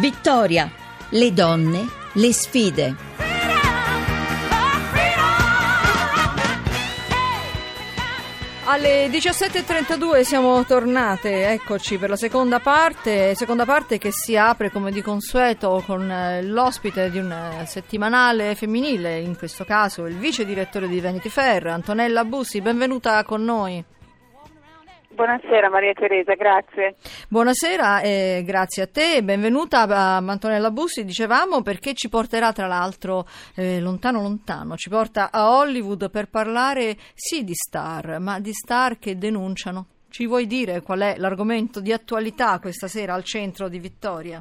Vittoria, le donne, le sfide. Alle 17.32 siamo tornate, eccoci per la seconda parte che si apre come di consueto con l'ospite di un settimanale femminile, in questo caso il vice direttore di Vanity Fair, Antonella Bussi. Benvenuta con noi. Buonasera Maria Teresa, grazie. Buonasera e grazie a te, benvenuta a Antonella Bussi, dicevamo, perché ci porterà tra l'altro lontano, ci porta a Hollywood per parlare sì di star, ma di star che denunciano. Ci vuoi dire qual è l'argomento di attualità questa sera al centro di Vittoria?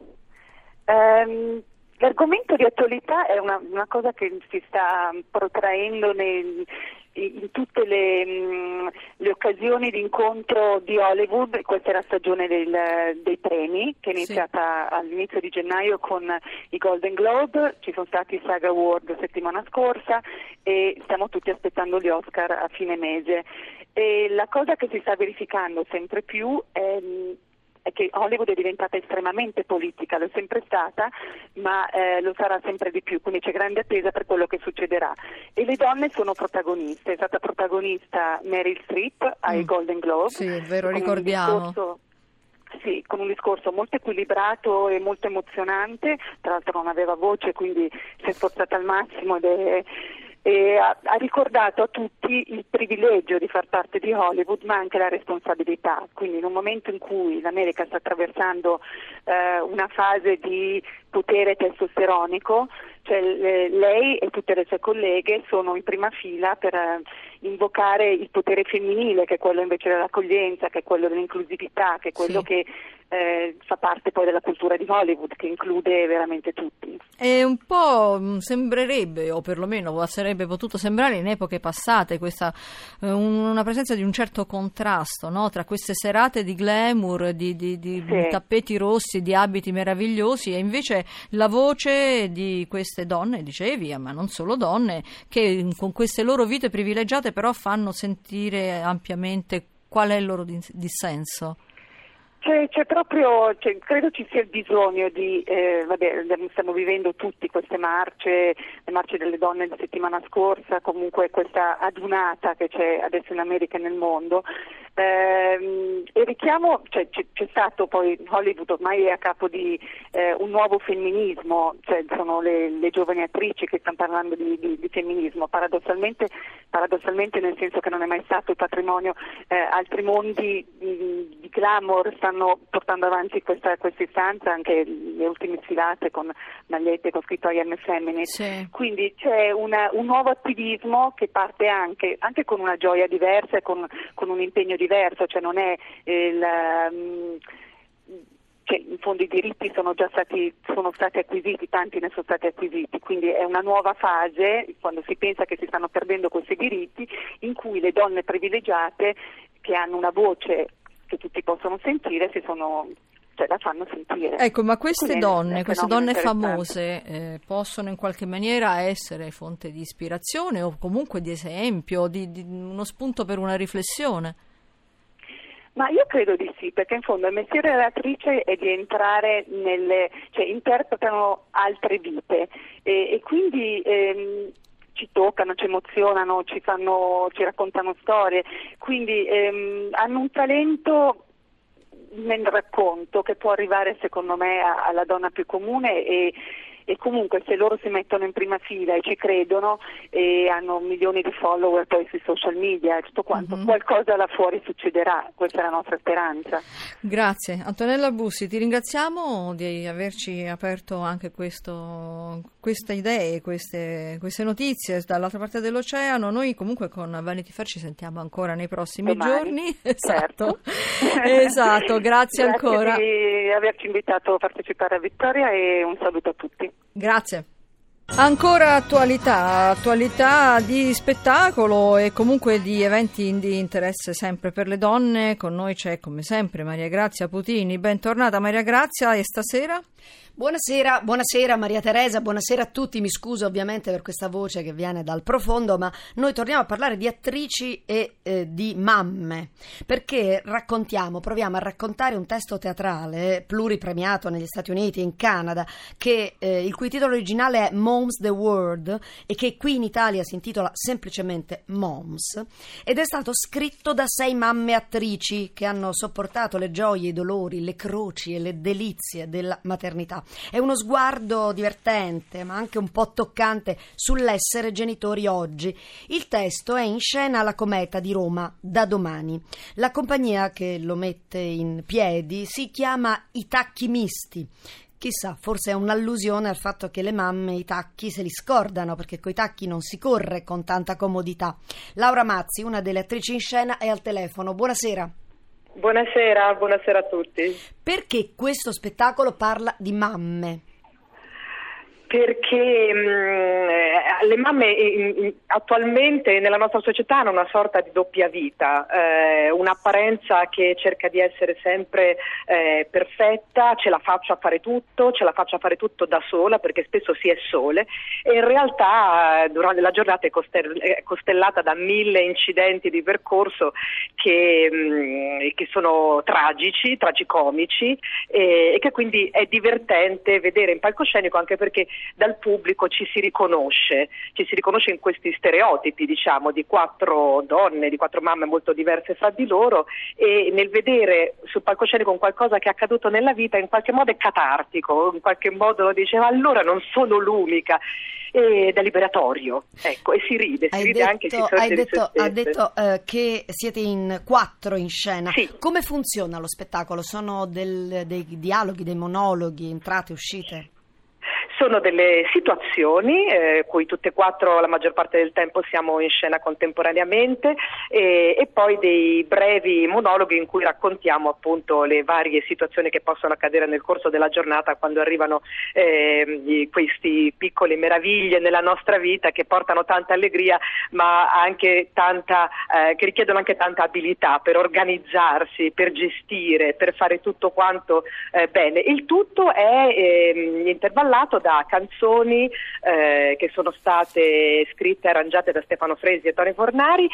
L'argomento di attualità è una cosa che si sta protraendo in tutte le occasioni di incontro di Hollywood. Questa è la stagione dei premi, che è iniziata all'inizio di gennaio con i Golden Globe. Ci sono stati i SAG Award la settimana scorsa e stiamo tutti aspettando gli Oscar a fine mese. E la cosa che si sta verificando sempre più è che Hollywood è diventata estremamente politica, lo è sempre stata, ma lo sarà sempre di più, quindi c'è grande attesa per quello che succederà. E le donne sono protagoniste, è stata protagonista Meryl Streep ai Golden Globe. Sì, è vero, ricordiamo. Sì, con un discorso molto equilibrato e molto emozionante, tra l'altro non aveva voce, quindi si è sforzata al massimo e ha ricordato a tutti il privilegio di far parte di Hollywood, ma anche la responsabilità. Quindi in un momento in cui l'America sta attraversando una fase di potere testosteronico, cioè lei e tutte le sue colleghe sono in prima fila per invocare il potere femminile, che è quello invece dell'accoglienza, che è quello dell'inclusività, che è quello che fa parte poi della cultura di Hollywood, che include veramente tutti. E un po' sembrerebbe, o perlomeno sarebbe potuto sembrare in epoche passate, questa una presenza di un certo contrasto, no? Tra queste serate di glamour, di tappeti rossi, di abiti meravigliosi, e invece la voce di queste donne, dicevi, ma non solo donne, che con queste loro vite privilegiate però fanno sentire ampiamente qual è il loro dissenso. C'è proprio, credo ci sia il bisogno di, stiamo vivendo tutti queste marce, le marce delle donne la settimana scorsa, comunque questa adunata che c'è adesso in America e nel mondo. E richiamo, c'è stato poi, Hollywood ormai è a capo di un nuovo femminismo, sono le giovani attrici che stanno parlando di femminismo, paradossalmente nel senso che non è mai stato il patrimonio, altri mondi di glamour stanno portando avanti questa istanza, anche le ultime sfilate con magliette con scritto I am feminist, quindi c'è un nuovo attivismo che parte anche con una gioia diversa e con un impegno diverso, cioè non è in fondo i diritti sono stati acquisiti, tanti ne sono stati acquisiti, quindi è una nuova fase, quando si pensa che si stanno perdendo questi diritti, in cui le donne privilegiate che hanno una voce che tutti possono sentire la fanno sentire. Ecco, ma queste donne famose possono in qualche maniera essere fonte di ispirazione o comunque di esempio, di uno spunto per una riflessione? Ma io credo di sì, perché in fondo il mestiere dell'attrice è di entrare interpretano altre vite e quindi ci toccano, ci emozionano, ci raccontano storie, quindi hanno un talento nel racconto che può arrivare secondo me alla donna più comune e comunque se loro si mettono in prima fila e ci credono e hanno milioni di follower poi sui social media e tutto quanto, qualcosa là fuori succederà, questa è la nostra speranza. Grazie Antonella Bussi, ti ringraziamo di averci aperto anche queste idee, queste notizie dall'altra parte dell'oceano. Noi comunque con Vanity Fair ci sentiamo ancora nei prossimi giorni. Certo. Esatto, grazie ancora di averci invitato a partecipare a Vittoria e un saluto a tutti. Grazie. Ancora attualità di spettacolo e comunque di eventi di interesse sempre per le donne. Con noi c'è come sempre Maria Grazia Putini. Bentornata Maria Grazia, e stasera? Buonasera Maria Teresa, buonasera a tutti. Mi scuso ovviamente per questa voce che viene dal profondo, ma noi torniamo a parlare di attrici e di mamme, perché proviamo a raccontare un testo teatrale pluripremiato negli Stati Uniti e in Canada, il cui titolo originale è Moms the World e che qui in Italia si intitola semplicemente Moms, ed è stato scritto da 6 mamme attrici che hanno sopportato le gioie, i dolori, le croci e le delizie della maternità. È uno sguardo divertente, ma anche un po' toccante sull'essere genitori oggi. Il testo è in scena alla Cometa di Roma da domani. La compagnia che lo mette in piedi si chiama I Tacchi Misti. Chissà, forse è un'allusione al fatto che le mamme i tacchi se li scordano, perché coi tacchi non si corre con tanta comodità. Laura Mazzi, una delle attrici in scena, è al telefono. Buonasera. Buonasera a tutti. Perché questo spettacolo parla di mamme? Perché le mamme attualmente nella nostra società hanno una sorta di doppia vita, un'apparenza che cerca di essere sempre perfetta, ce la faccio a fare tutto da sola, perché spesso si è sole, e in realtà durante la giornata è costellata da 1000 incidenti di percorso che sono tragicomici, e che quindi è divertente vedere in palcoscenico, anche perché dal pubblico ci si riconosce in questi stereotipi, diciamo, di 4 donne, di 4 mamme molto diverse fra di loro, e nel vedere sul palcoscenico un qualcosa che è accaduto nella vita in qualche modo è catartico, in qualche modo diceva allora non sono l'unica, ed è liberatorio, ecco, e si ride anche si sorge di se stesse. Ha detto che siete in 4 in scena. Sì. Come funziona lo spettacolo? Sono dei dialoghi, dei monologhi, entrate, uscite? Sono delle situazioni, cui tutte e 4 la maggior parte del tempo siamo in scena contemporaneamente, e poi dei brevi monologhi in cui raccontiamo appunto le varie situazioni che possono accadere nel corso della giornata, quando arrivano questi piccole meraviglie nella nostra vita che portano tanta allegria, ma anche che richiedono anche tanta abilità per organizzarsi, per gestire, per fare tutto quanto bene. Il tutto è intervallato da canzoni che sono state scritte e arrangiate da Stefano Fresi e Tony Fornari,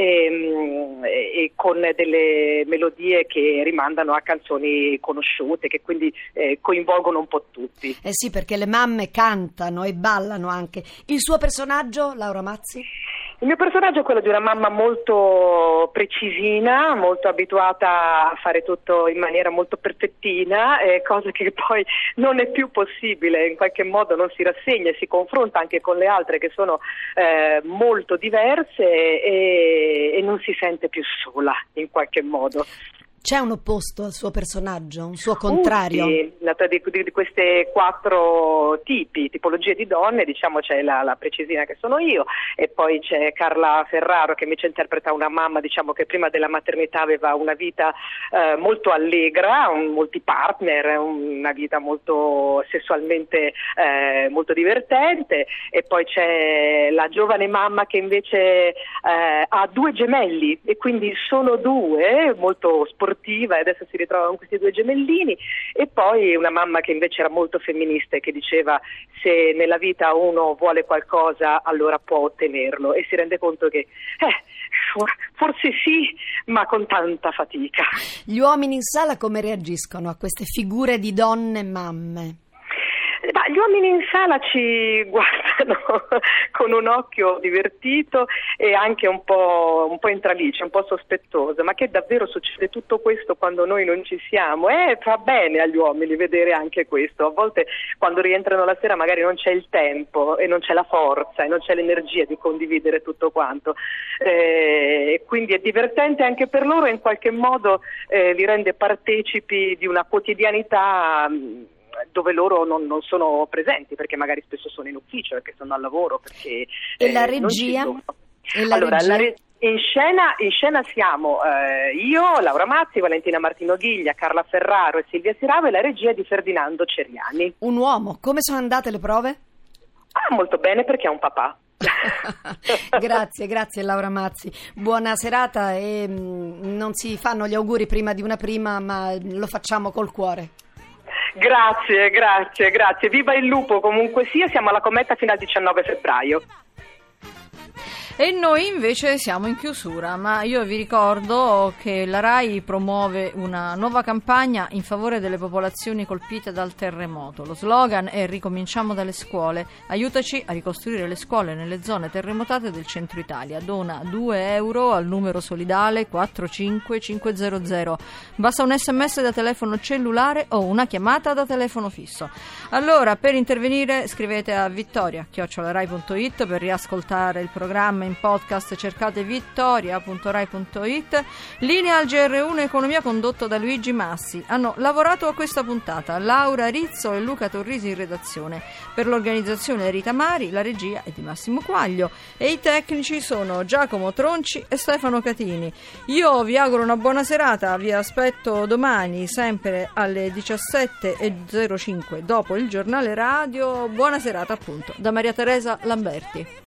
e con delle melodie che rimandano a canzoni conosciute, che quindi coinvolgono un po' tutti. Sì, perché le mamme cantano e ballano anche. Il suo personaggio, Laura Mazzi? Il mio personaggio è quello di una mamma molto precisina, molto abituata a fare tutto in maniera molto perfettina, cosa che poi non è più possibile, in qualche modo non si rassegna e si confronta anche con le altre che sono molto diverse, e non si sente più sola in qualche modo. C'è un opposto al suo personaggio, un suo contrario? Sì, di queste 4 tipologie di donne, diciamo, c'è la precisina che sono io, e poi c'è Carla Ferraro che invece interpreta una mamma, diciamo, che prima della maternità aveva una vita molto allegra, molti partner, una vita molto sessualmente molto divertente, e poi c'è la giovane mamma che invece ha 2 gemelli, e quindi sono 2, molto sportiva, e adesso si ritrova con questi 2 gemellini, e poi una mamma che invece era molto femminista e che diceva se nella vita uno vuole qualcosa allora può ottenerlo, e si rende conto che forse sì, ma con tanta fatica. Gli uomini in sala come reagiscono a queste figure di donne mamme? Gli uomini in sala ci guardano con un occhio divertito e anche un po' in traliccio, un po' sospettoso, ma che davvero succede tutto questo quando noi non ci siamo? Fa bene agli uomini vedere anche questo. A volte quando rientrano la sera magari non c'è il tempo e non c'è la forza e non c'è l'energia di condividere tutto quanto, e quindi è divertente anche per loro, e in qualche modo li rende partecipi di una quotidianità dove loro non sono presenti, perché magari spesso sono in ufficio, perché sono al lavoro, perché e la regia? In scena siamo io, Laura Mazzi, Valentina Martino Ghiglia, Carla Ferraro e Silvia Siravo, e la regia di Ferdinando Ceriani. Un uomo. Come sono andate le prove? Molto bene, perché è un papà. Grazie Laura Mazzi, buona serata, e non si fanno gli auguri prima di una prima, ma lo facciamo col cuore. Grazie. Viva il lupo comunque sia, siamo alla Cometa fino al 19 febbraio. E noi invece siamo in chiusura, ma io vi ricordo che la RAI promuove una nuova campagna in favore delle popolazioni colpite dal terremoto. Lo slogan è "Ricominciamo dalle scuole". Aiutaci a ricostruire le scuole nelle zone terremotate del centro Italia. Dona 2 euro al numero solidale 45500. Basta un SMS da telefono cellulare o una chiamata da telefono fisso. Allora, per intervenire scrivete a vittoria@rai.it. Per riascoltare il programma in podcast cercate vittoria.rai.it. Linea al GR1 Economia condotto da Luigi Massi. Hanno lavorato a questa puntata Laura Rizzo e Luca Torrisi in redazione. Per l'organizzazione Rita Mari, la regia è di Massimo Quaglio e i tecnici sono Giacomo Tronci e Stefano Catini. Io vi auguro una buona serata, vi aspetto domani sempre alle 17:05 dopo il giornale radio. Buona serata appunto da Maria Teresa Lamberti.